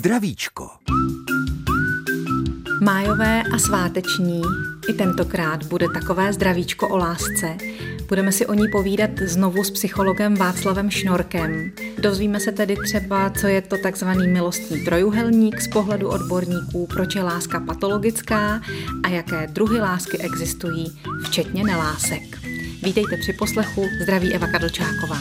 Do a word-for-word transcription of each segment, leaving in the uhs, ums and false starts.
Zdravíčko. Májové a sváteční, i tentokrát bude takové zdravíčko o lásce. Budeme si o ní povídat znovu s psychologem Václavem Šnorkem. Dozvíme se tedy třeba, co je to takzvaný milostný trojuhelník z pohledu odborníků, proč je láska patologická a jaké druhy lásky existují, včetně nelásek. Vítejte při poslechu, zdraví Eva Kadlčáková.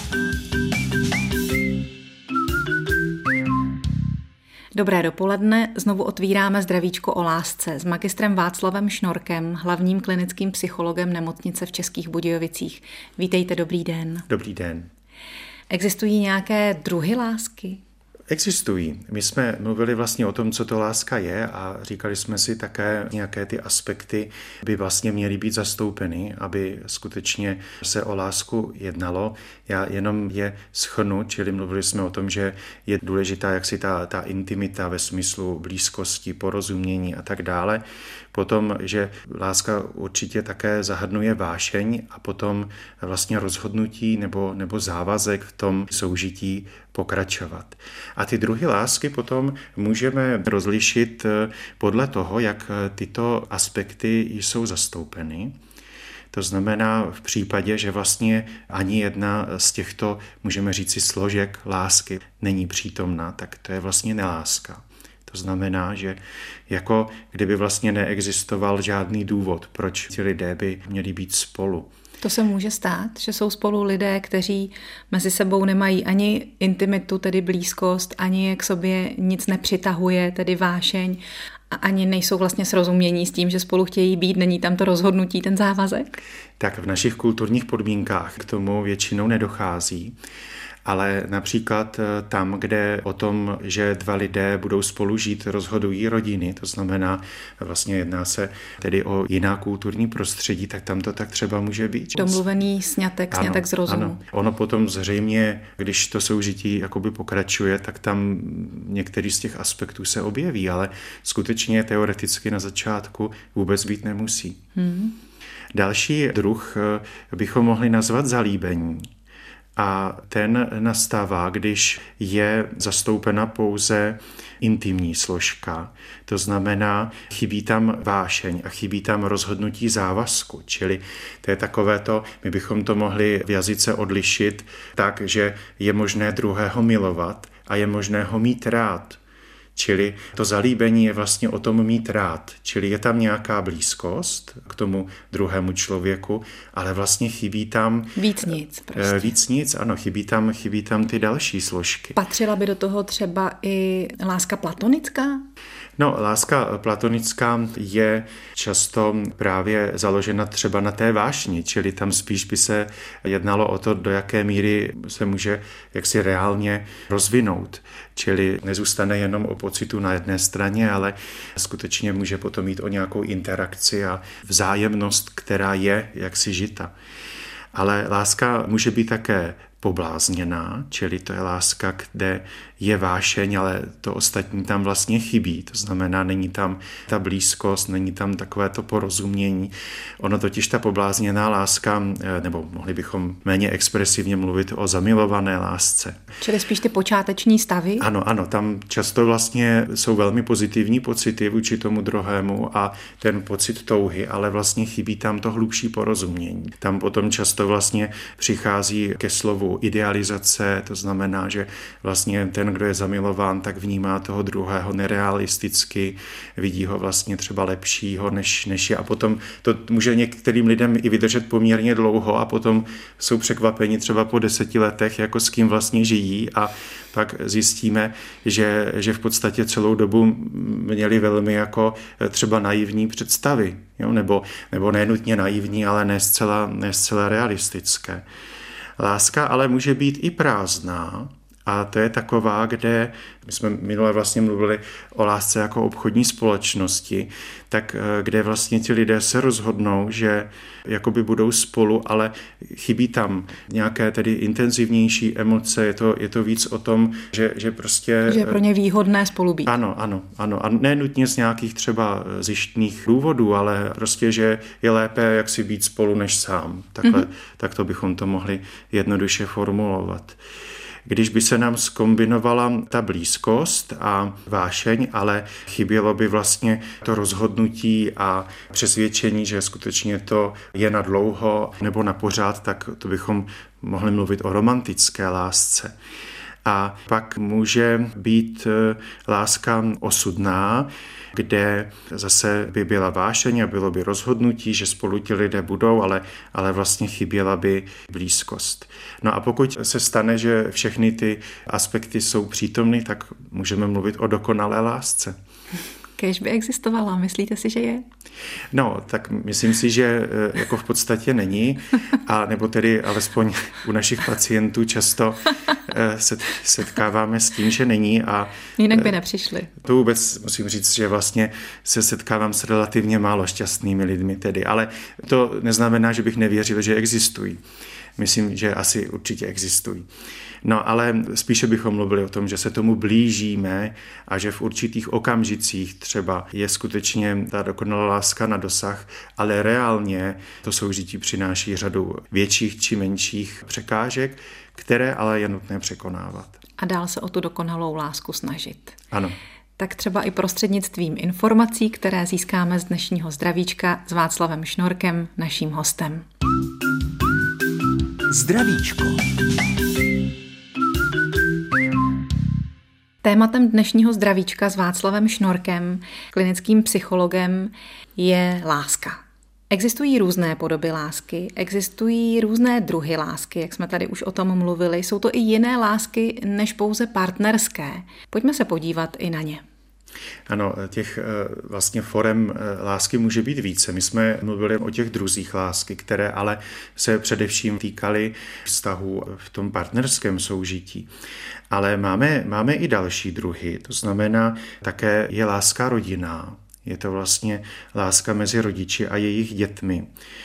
Dobré dopoledne, znovu otvíráme zdravíčko o lásce s magistrem Václavem Šnorkem, hlavním klinickým psychologem nemocnice v Českých Budějovicích. Vítejte, dobrý den. Dobrý den. Existují nějaké druhy lásky? Existují. My jsme mluvili vlastně o tom, co to láska je a říkali jsme si také nějaké ty aspekty by vlastně měly být zastoupeny, aby skutečně se o lásku jednalo. Já jenom je shrnu, čili mluvili jsme o tom, že je důležitá jaksi ta, ta intimita ve smyslu blízkosti, porozumění a tak dále. Potom, že láska určitě také zahrnuje vášeň a potom vlastně rozhodnutí nebo, nebo závazek v tom soužití pokračovat. A ty druhy lásky potom můžeme rozlišit podle toho, jak tyto aspekty jsou zastoupeny. To znamená v případě, že vlastně ani jedna z těchto, můžeme říci, složek lásky není přítomná, tak to je vlastně neláska. To znamená, že jako kdyby vlastně neexistoval žádný důvod, proč ti lidé by měli být spolu. To se může stát, že jsou spolu lidé, kteří mezi sebou nemají ani intimitu, tedy blízkost, ani k sobě nic nepřitahuje, tedy vášeň, a ani nejsou vlastně srozumění s tím, že spolu chtějí být, není tam to rozhodnutí, ten závazek? Tak v našich kulturních podmínkách k tomu většinou nedochází. Ale například tam, kde o tom, že dva lidé budou spolu žít, rozhodují rodiny, to znamená, vlastně jedná se tedy o jiná kulturní prostředí, tak tam to tak třeba může být. Domluvený sňatek, ano, sňatek z rozumu. Ano. Ono potom zřejmě, když to soužití jakoby pokračuje, tak tam některý z těch aspektů se objeví, ale skutečně teoreticky na začátku vůbec být nemusí. Hmm. Další druh bychom mohli nazvat zalíbení. A ten nastává, když je zastoupena pouze intimní složka. To znamená, chybí tam vášeň a chybí tam rozhodnutí závazku. Čili to je takové to, my bychom to mohli v jazyce odlišit tak, že je možné druhého milovat a je možné ho mít rád. Čili to zalíbení je vlastně o tom mít rád. Čili je tam nějaká blízkost k tomu druhému člověku, ale vlastně chybí tam... Víc nic. Prostě. Víc nic, ano, chybí tam, chybí tam ty další složky. Patřila by do toho třeba i láska platonická? No, láska platonická je často právě založena třeba na té vášni, čili tam spíš by se jednalo o to, do jaké míry se může jaksi reálně rozvinout. Čili nezůstane jenom o pocitu na jedné straně, ale skutečně může potom mít o nějakou interakci a vzájemnost, která je jaksi žita. Ale láska může být také poblázněná, čili to je láska, kde je vášeň, ale to ostatní tam vlastně chybí. To znamená, není tam ta blízkost, není tam takové to porozumění. Ono totiž ta poblázněná láska, nebo mohli bychom méně expresivně mluvit o zamilované lásce. Čili spíš ty počáteční stavy? Ano, ano, tam často vlastně jsou velmi pozitivní pocity vůči tomu druhému a ten pocit touhy, ale vlastně chybí tam to hlubší porozumění. Tam potom často vlastně přichází ke slovu idealizace, to znamená, že vlastně ten, kdo je zamilován, tak vnímá toho druhého nerealisticky, vidí ho vlastně třeba lepšího, než, než je. A potom to může některým lidem i vydržet poměrně dlouho a potom jsou překvapeni třeba po deseti letech, jako s kým vlastně žijí a pak zjistíme, že, že v podstatě celou dobu měli velmi jako třeba naivní představy, jo? Nebo, nebo nenutně naivní, ale ne zcela, ne zcela realistické. Láska ale může být i prázdná a to je taková, kde my jsme minule vlastně mluvili o lásce jako obchodní společnosti, tak kde vlastně ti lidé se rozhodnou, že jakoby budou spolu, ale chybí tam nějaké tedy intenzivnější emoce, je to, je to víc o tom, že, že prostě... Že je pro ně výhodné spolu být. Ano, ano, ano. A ne nutně z nějakých třeba zištných důvodů, ale prostě, že je lépe jak si být spolu než sám. Takhle, mm-hmm. Tak to bychom to mohli jednoduše formulovat. Když by se nám zkombinovala ta blízkost a vášeň, ale chybělo by vlastně to rozhodnutí a přesvědčení, že skutečně to je na dlouho nebo na pořád, tak to bychom mohli mluvit o romantické lásce. A pak může být láska osudná, kde zase by byla vášeň a bylo by rozhodnutí, že spolu ti lidé budou, ale, ale vlastně chyběla by blízkost. No a pokud se stane, že všechny ty aspekty jsou přítomny, tak můžeme mluvit o dokonalé lásce. Kéž by existovala, myslíte si, že je? No, tak myslím si, že jako v podstatě není, a nebo tedy alespoň u našich pacientů často se setkáváme s tím, že není. A jinak by nepřišli. To vůbec musím říct, že vlastně se setkávám s relativně málo šťastnými lidmi tedy, ale to neznamená, že bych nevěřil, že existují. Myslím, že asi určitě existují. No ale spíše bychom mluvili o tom, že se tomu blížíme a že v určitých okamžicích třeba je skutečně ta dokonalá láska na dosah, ale reálně to soužití přináší řadu větších či menších překážek, které ale je nutné překonávat. A dál se o tu dokonalou lásku snažit. Ano. Tak třeba i prostřednictvím informací, které získáme z dnešního zdravíčka s Václavem Šnorkem, naším hostem. Zdravíčko. Tématem dnešního zdravíčka s Václavem Šnorkem, klinickým psychologem, je láska. Existují různé podoby lásky, existují různé druhy lásky, jak jsme tady už o tom mluvili. Jsou to i jiné lásky než pouze partnerské. Pojďme se podívat i na ně. Ano, těch vlastně forem lásky může být více. My jsme mluvili o těch druzích lásky, které ale se především týkaly vztahu v tom partnerském soužití. Ale máme, máme i další druhy, to znamená také je láska rodinná. Je to vlastně láska mezi rodiči a jejich dětmi,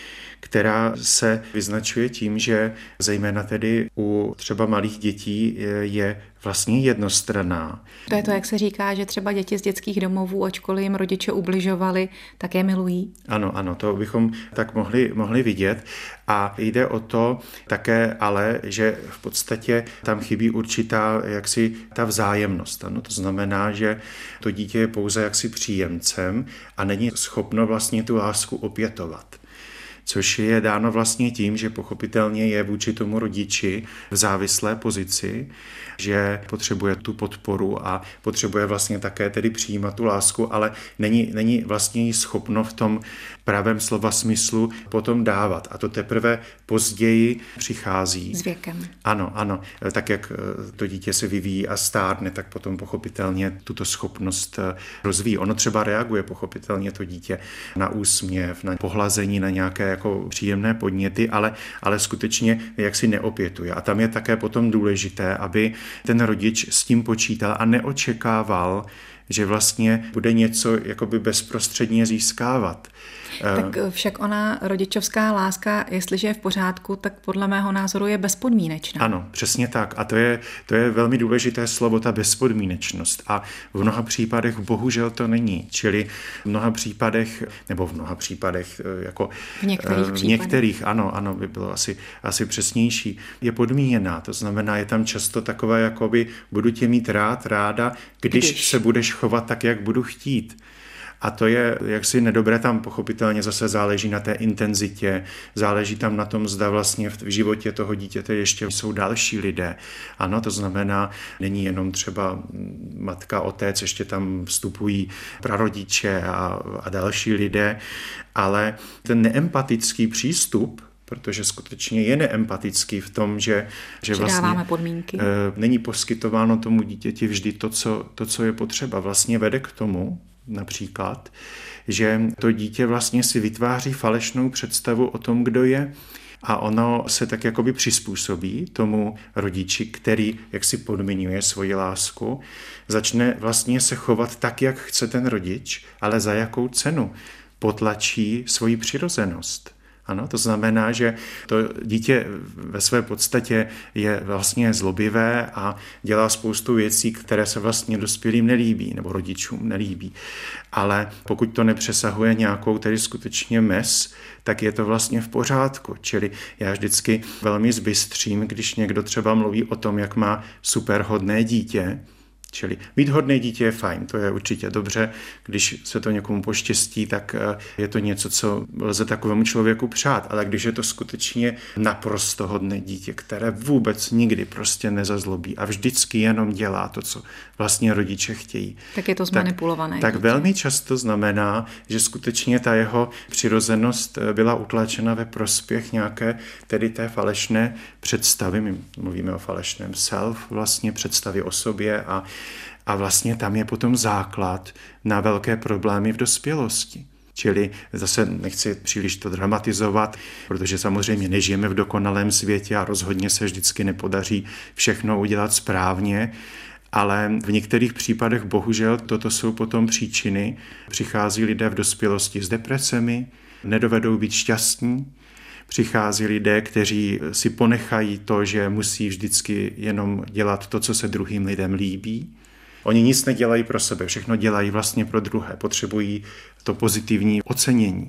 která se vyznačuje tím, že zejména tedy u třeba malých dětí je vlastně jednostranná. To je to, jak se říká, že třeba děti z dětských domovů, ačkoliv jim rodiče ubližovali, tak je milují. Ano, ano, to bychom tak mohli, mohli vidět. A jde o to také ale, že v podstatě tam chybí určitá jaksi ta vzájemnost. Ano? To znamená, že to dítě je pouze jaksi příjemcem a není schopno vlastně tu lásku opětovat. Což je dáno vlastně tím, že pochopitelně je vůči tomu rodiči v závislé pozici, že potřebuje tu podporu a potřebuje vlastně také tedy přijímat tu lásku, ale není, není vlastně jí schopno v tom pravém slova smyslu potom dávat. A to teprve později přichází. S věkem. Ano, ano. Tak jak to dítě se vyvíjí a stárne, tak potom pochopitelně tuto schopnost rozvíjí. Ono třeba reaguje pochopitelně to dítě na úsměv, na pohlazení, na nějaké jako příjemné podněty, ale, ale skutečně jaksi neopětuje. A tam je také potom důležité, aby ten rodič s tím počítal a neočekával, že vlastně bude něco jakoby bezprostředně získávat. Tak však ona rodičovská láska, jestliže je v pořádku, tak podle mého názoru je bezpodmínečná. Ano, přesně tak. A to je, to je velmi důležité slovo, ta bezpodmínečnost. A v mnoha případech bohužel to není. Čili v mnoha případech, nebo v mnoha případech, jako v některých, v některých ano, ano, by bylo asi, asi přesnější, je podmíněná. To znamená, je tam často takové, jakoby budu tě mít rád, ráda, když, když se budeš chovat tak, jak budu chtít. A to je jaksi nedobré, tam pochopitelně zase záleží na té intenzitě, záleží tam na tom, zda vlastně v životě toho dítěte ještě jsou další lidé. Ano, to znamená, není jenom třeba matka, otec, ještě tam vstupují prarodiče a, a další lidé, ale ten neempatický přístup, protože skutečně je neempatický v tom, že, že vlastně podmínky. E, není poskytováno tomu dítěti vždy to co, to, co je potřeba. Vlastně vede k tomu, například, že to dítě vlastně si vytváří falešnou představu o tom, kdo je, a ono se tak jakoby přizpůsobí tomu rodiči, který jaksi podmiňuje svoji lásku, začne vlastně se chovat tak, jak chce ten rodič, ale za jakou cenu potlačí svoji přirozenost. Ano, to znamená, že to dítě ve své podstatě je vlastně zlobivé a dělá spoustu věcí, které se vlastně dospělým nelíbí nebo rodičům nelíbí. Ale pokud to nepřesahuje nějakou tedy skutečně mez, tak je to vlastně v pořádku. Čili já vždycky velmi zbystřím, když někdo třeba mluví o tom, jak má superhodné dítě. Čili být hodné dítě je fajn, to je určitě dobře, když se to někomu poštěstí, tak je to něco, co lze takovému člověku přát, ale když je to skutečně naprosto hodné dítě, které vůbec nikdy prostě nezazlobí a vždycky jenom dělá to, co vlastně rodiče chtějí. Tak je to zmanipulované. Tak, tak velmi často znamená, že skutečně ta jeho přirozenost byla utlačena ve prospěch nějaké tedy té falešné představy, my mluvíme o falešném self, vlastně představy o sobě a A vlastně tam je potom základ na velké problémy v dospělosti. Čili zase nechci příliš to dramatizovat, protože samozřejmě nežijeme v dokonalém světě a rozhodně se vždycky nepodaří všechno udělat správně, ale v některých případech bohužel toto jsou potom příčiny. Přichází lidé v dospělosti s depresemi, nedovedou být šťastní, přichází lidé, kteří si ponechají to, že musí vždycky jenom dělat to, co se druhým lidem líbí. Oni nic nedělají pro sebe, všechno dělají vlastně pro druhé, potřebují to pozitivní ocenění.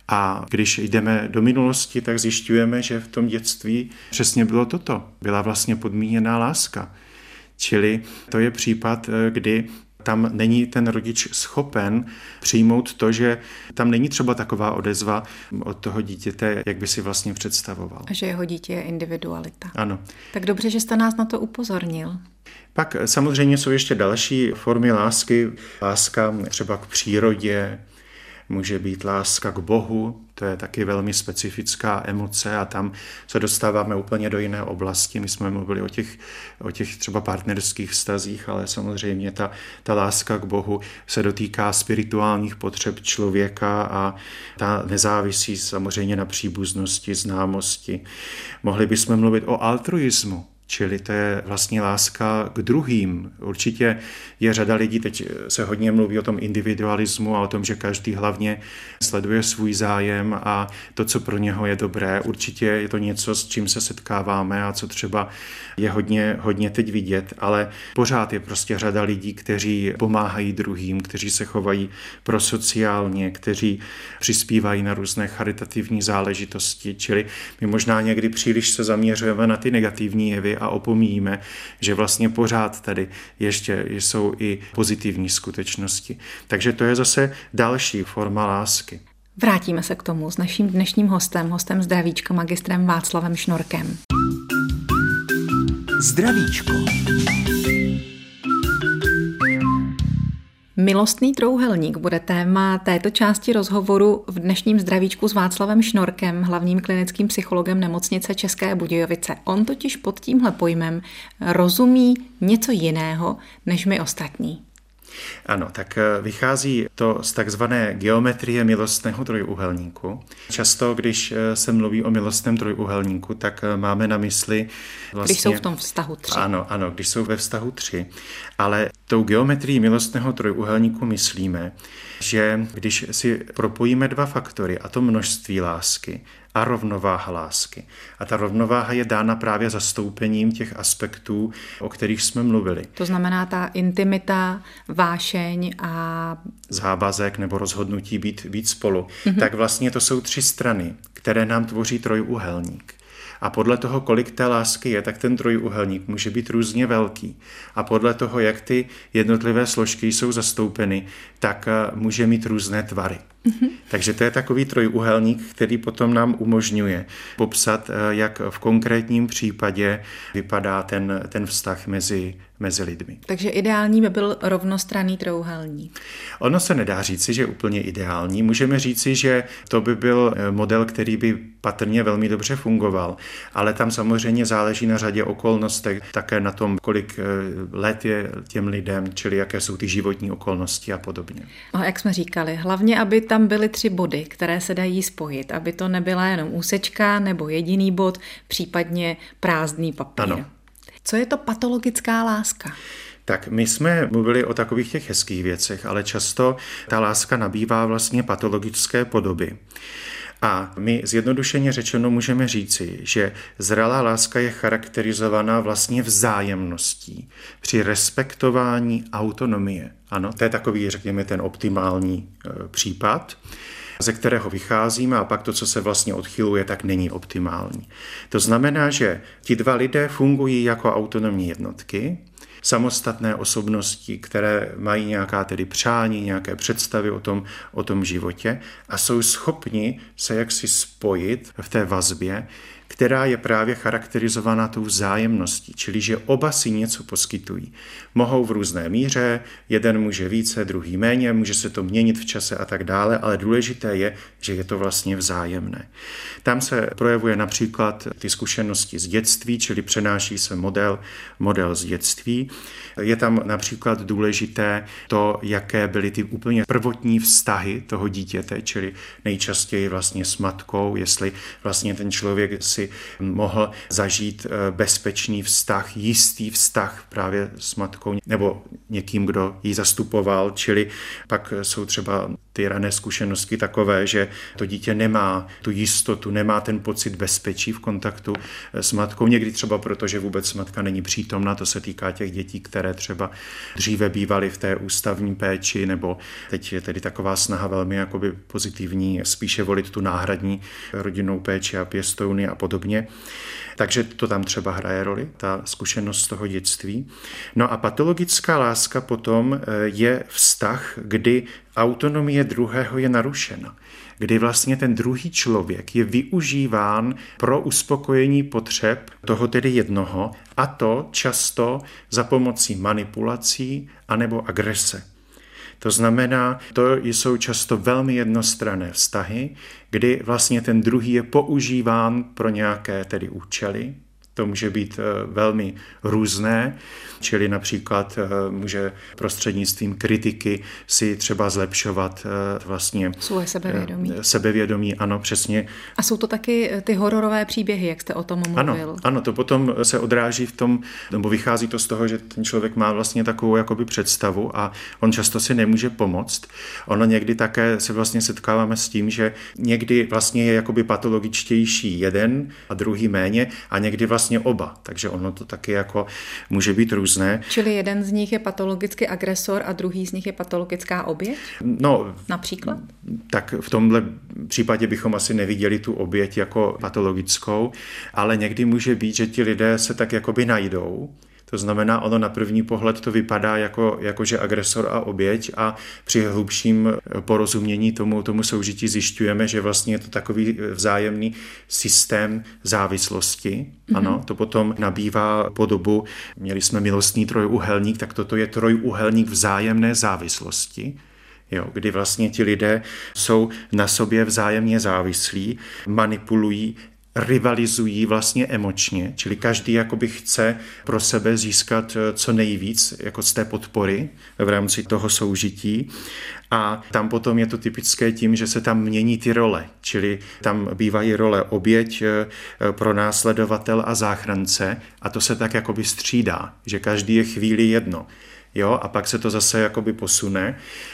A když jdeme do minulosti, tak zjišťujeme, že v tom dětství přesně bylo toto. Byla vlastně podmíněná láska. Čili to je případ, kdy tam není ten rodič schopen přijmout to, že tam není třeba taková odezva od toho dítěte, jak by si vlastně představoval. A že jeho dítě je individualita. Ano. Tak dobře, že jste nás na to upozornil. Pak samozřejmě jsou ještě další formy lásky. Láska třeba k přírodě, může být láska k Bohu, to je taky velmi specifická emoce a tam se dostáváme úplně do jiné oblasti. My jsme mluvili o těch, o těch třeba partnerských vztazích, ale samozřejmě ta, ta láska k Bohu se dotýká spirituálních potřeb člověka a ta nezávisí samozřejmě na příbuznosti, známosti. Mohli bychom mluvit o altruismu. Čili to je vlastně láska k druhým. Určitě je řada lidí, teď se hodně mluví o tom individualismu a o tom, že každý hlavně sleduje svůj zájem a to, co pro něho je dobré. Určitě je to něco, s čím se setkáváme a co třeba je hodně, hodně teď vidět, ale pořád je prostě řada lidí, kteří pomáhají druhým, kteří se chovají prosociálně, kteří přispívají na různé charitativní záležitosti. Čili my možná někdy příliš se zaměřujeme na ty negativní jevy a opomíjíme, že vlastně pořád tady ještě jsou i pozitivní skutečnosti. Takže to je zase další forma lásky. Vrátíme se k tomu s naším dnešním hostem, hostem Zdravíčka, magistrem Václavem Šnorkem. Zdravíčko. Milostný trouhelník bude téma této části rozhovoru v dnešním Zdravíčku s Václavem Šnorkem, hlavním klinickým psychologem nemocnice České Budějovice. On totiž pod tímhle pojmem rozumí něco jiného než my ostatní. Ano, tak vychází to z takzvané geometrie milostného trojúhelníku. Často, když se mluví o milostném trojúhelníku, tak máme na mysli vlastně... Když jsou v tom vztahu tři. Ano, ano, když jsou ve vztahu tři. Ale tou geometrií milostného trojúhelníku myslíme, že když si propojíme dva faktory, a to množství lásky a rovnováha lásky. A ta rovnováha je dána právě zastoupením těch aspektů, o kterých jsme mluvili. To znamená ta intimita, vášeň a... závazek nebo rozhodnutí být, být spolu. Mm-hmm. Tak vlastně to jsou tři strany, které nám tvoří trojúhelník. A podle toho, kolik té lásky je, tak ten trojúhelník může být různě velký. A podle toho, jak ty jednotlivé složky jsou zastoupeny, tak může mít různé tvary. Mm-hmm. Takže to je takový trojúhelník, který potom nám umožňuje popsat, jak v konkrétním případě vypadá ten, ten vztah mezi, mezi lidmi. Takže ideální by byl rovnostranný trojúhelník. Ono se nedá říci, že je úplně ideální. Můžeme říci, že to by byl model, který by patrně velmi dobře fungoval, ale tam samozřejmě záleží na řadě okolnostech, také na tom, kolik let je těm lidem, čili jaké jsou ty životní okolnosti a podobně. A jak jsme říkali, hlavně, aby tam byly tři body, které se dají spojit, aby to nebyla jenom úsečka nebo jediný bod, případně prázdný papír. Ano. Co je to patologická láska? Tak my jsme mluvili o takových těch hezkých věcech, ale často ta láska nabývá vlastně patologické podoby. A my zjednodušeně řečeno můžeme říci, že zralá láska je charakterizovaná vlastně vzájemností při respektování autonomie. Ano, to je takový, řekněme, ten optimální e, případ, ze kterého vycházíme, a pak to, co se vlastně odchyluje, tak není optimální. To znamená, že ti dva lidé fungují jako autonomní jednotky, samostatné osobnosti, které mají nějaká tedy přání, nějaké představy o tom, o tom životě a jsou schopni se jaksi spojit v té vazbě, která je právě charakterizovaná tou vzájemností, čili že oba si něco poskytují. Mohou v různé míře, jeden může více, druhý méně, může se to měnit v čase a tak dále, ale důležité je, že je to vlastně vzájemné. Tam se projevuje například ty zkušenosti z dětství, čili přenáší se model, model z dětství. Je tam například důležité to, jaké byly ty úplně prvotní vztahy toho dítěte, čili nejčastěji vlastně s matkou, jestli vlastně ten člověk si mohl zažít bezpečný vztah, jistý vztah právě s matkou nebo někým, kdo ji zastupoval, čili pak jsou třeba ty rané zkušenosti takové, že to dítě nemá tu jistotu, nemá ten pocit bezpečí v kontaktu s matkou, někdy třeba proto, že vůbec matka není přítomna, to se týká těch dětí, které třeba dříve bývaly v té ústavní péči, nebo teď je tedy taková snaha velmi jakoby pozitivní, spíše volit tu náhradní rodinnou péči a pěstouny a podobně. Takže to tam třeba hraje roli, ta zkušenost z toho dětství. No a patologická láska potom je vztah, kdy autonomie druhého je narušena, kdy vlastně ten druhý člověk je využíván pro uspokojení potřeb toho tedy jednoho, a to často za pomocí manipulací anebo agrese. To znamená, to jsou často velmi jednostranné vztahy, kdy vlastně ten druhý je používán pro nějaké tedy účely. To může být velmi různé, čili například může prostřednictvím kritiky si třeba zlepšovat vlastně svoje sebevědomí. Sebevědomí, ano, přesně. A jsou to taky ty hororové příběhy, jak jste o tom mluvil. Ano, ano, to potom se odráží v tom, nebo vychází to z toho, že ten člověk má vlastně takovou jakoby představu a on často si nemůže pomoct. Ono někdy také se vlastně setkáváme s tím, že někdy vlastně je jakoby patologičtější jeden a druhý méně a někdy vlastně oba, takže ono to taky jako může být různé. Čili jeden z nich je patologický agresor a druhý z nich je patologická oběť? No, například? Tak v tomhle případě bychom asi neviděli tu oběť jako patologickou, ale někdy může být, že ti lidé se tak jakoby najdou. To znamená, ono na první pohled to vypadá jako, jako že agresor a oběť a při hlubším porozumění tomu, tomu soužití zjišťujeme, že vlastně je to takový vzájemný systém závislosti. Mm-hmm. Ano, to potom nabývá podobu, měli jsme milostný trojúhelník, tak toto je trojúhelník vzájemné závislosti. Jo, kdy vlastně ti lidé jsou na sobě vzájemně závislí, manipulují, rivalizují vlastně emočně, čili každý jakoby chce pro sebe získat co nejvíc jako z té podpory v rámci toho soužití. A tam potom je to typické tím, že se tam mění ty role, čili tam bývají role oběť, pronásledovatel a záchrance a to se tak jakoby střídá, že každý je chvíli jedno. Jo, a pak se to zase jakoby posune.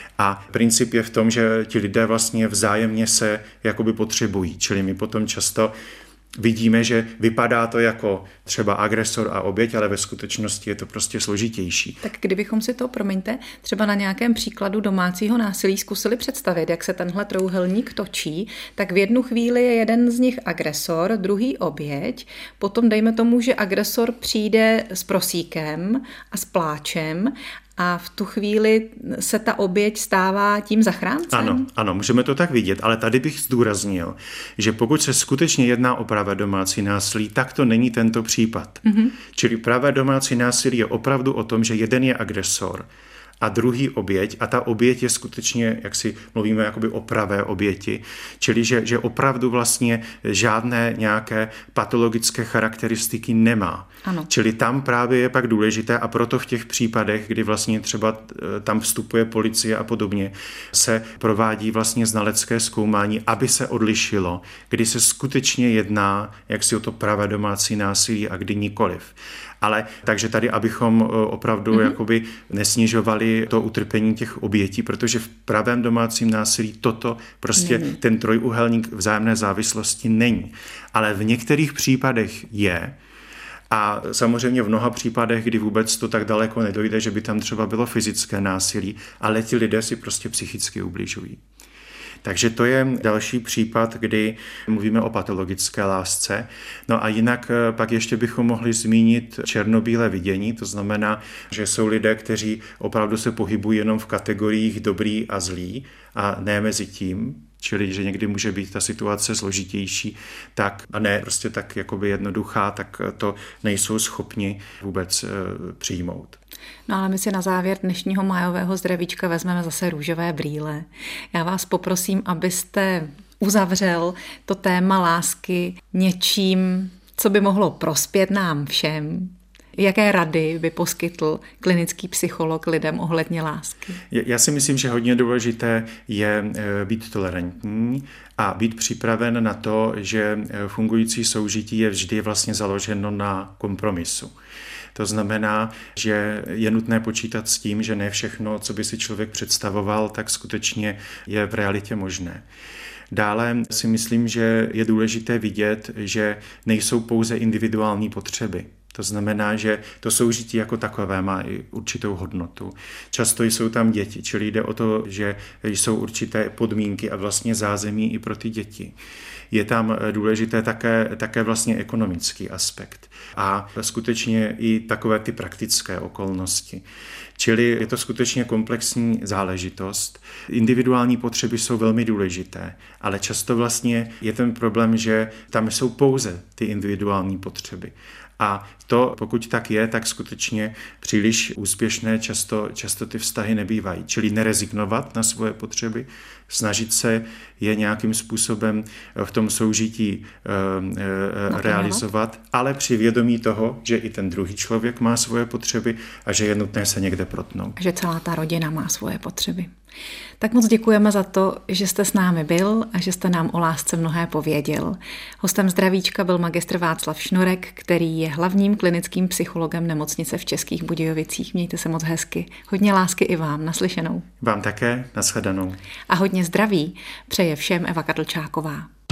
A princip je v tom, že ti lidé vlastně vzájemně se jakoby potřebují, čili my potom často vidíme, že vypadá to jako třeba agresor a oběť, ale ve skutečnosti je to prostě složitější. Tak kdybychom si to, promiňte, třeba na nějakém příkladu domácího násilí zkusili představit, jak se tenhle trojúhelník točí, tak v jednu chvíli je jeden z nich agresor, druhý oběť, potom dejme tomu, že agresor přijde s prosíkem a s pláčem a v tu chvíli se ta oběť stává tím zachráncem? Ano, ano, můžeme to tak vidět, ale tady bych zdůraznil, že pokud se skutečně jedná o pravé domácí násilí, tak to není tento případ. Mm-hmm. Čili pravé domácí násilí je opravdu o tom, že jeden je agresor a druhý oběť a ta oběť je skutečně, jak si mluvíme jakoby o pravé oběti, čili že, že opravdu vlastně žádné nějaké patologické charakteristiky nemá. Ano. Čili tam právě je pak důležité a proto v těch případech, kdy vlastně třeba tam vstupuje policie a podobně, se provádí vlastně znalecké zkoumání, aby se odlišilo, kdy se skutečně jedná jaksi o to pravé domácí násilí a kdy nikoliv. Ale takže tady, abychom opravdu mm-hmm. jakoby nesnižovali i to utrpení těch obětí, protože v pravém domácím násilí toto prostě není. Ten trojúhelník vzájemné závislosti není. Ale v některých případech je. A samozřejmě v mnoha případech, kdy vůbec to tak daleko nedojde, že by tam třeba bylo fyzické násilí, ale ti lidé si prostě psychicky ubližují. Takže to je další případ, kdy mluvíme o patologické lásce. No a jinak pak ještě bychom mohli zmínit černobílé vidění, to znamená, že jsou lidé, kteří opravdu se pohybují jenom v kategoriích dobrý a zlý a ne mezi tím, čili že někdy může být ta situace složitější, tak a ne prostě tak jakoby jednoduchá, tak to nejsou schopni vůbec e, přijmout. No ale my si na závěr dnešního májového zdravíčka vezmeme zase růžové brýle. Já vás poprosím, abyste uzavřel to téma lásky něčím, co by mohlo prospět nám všem. Jaké rady by poskytl klinický psycholog lidem ohledně lásky? Já si myslím, že hodně důležité je být tolerantní a být připraven na to, že fungující soužití je vždy vlastně založeno na kompromisu. To znamená, že je nutné počítat s tím, že ne všechno, co by si člověk představoval, tak skutečně je v realitě možné. Dále si myslím, že je důležité vidět, že nejsou pouze individuální potřeby. To znamená, že to soužití jako takové má i určitou hodnotu. Často jsou tam děti, čili jde o to, že jsou určité podmínky a vlastně zázemí i pro ty děti. Je tam důležité také, také vlastně ekonomický aspekt a skutečně i takové ty praktické okolnosti. Čili je to skutečně komplexní záležitost. Individuální potřeby jsou velmi důležité, ale často vlastně je ten problém, že tam jsou pouze ty individuální potřeby. A to, pokud tak je, tak skutečně příliš úspěšné často, často ty vztahy nebývají. Čili nerezignovat na svoje potřeby, snažit se je nějakým způsobem v tom soužití e, e, realizovat, ale při vědomí toho, že i ten druhý člověk má svoje potřeby a že je nutné se někde protnout. Že celá ta rodina má svoje potřeby. Tak moc děkujeme za to, že jste s námi byl a že jste nám o lásce mnohé pověděl. Hostem zdravíčka byl magistr Václav Šnorek, který je hlavním klinickým psychologem nemocnice v Českých Budějovicích. Mějte se moc hezky. Hodně lásky i vám. Naslyšenou. Vám také. Nashledanou. A hodně zdraví přeje všem Eva Kadlčáková.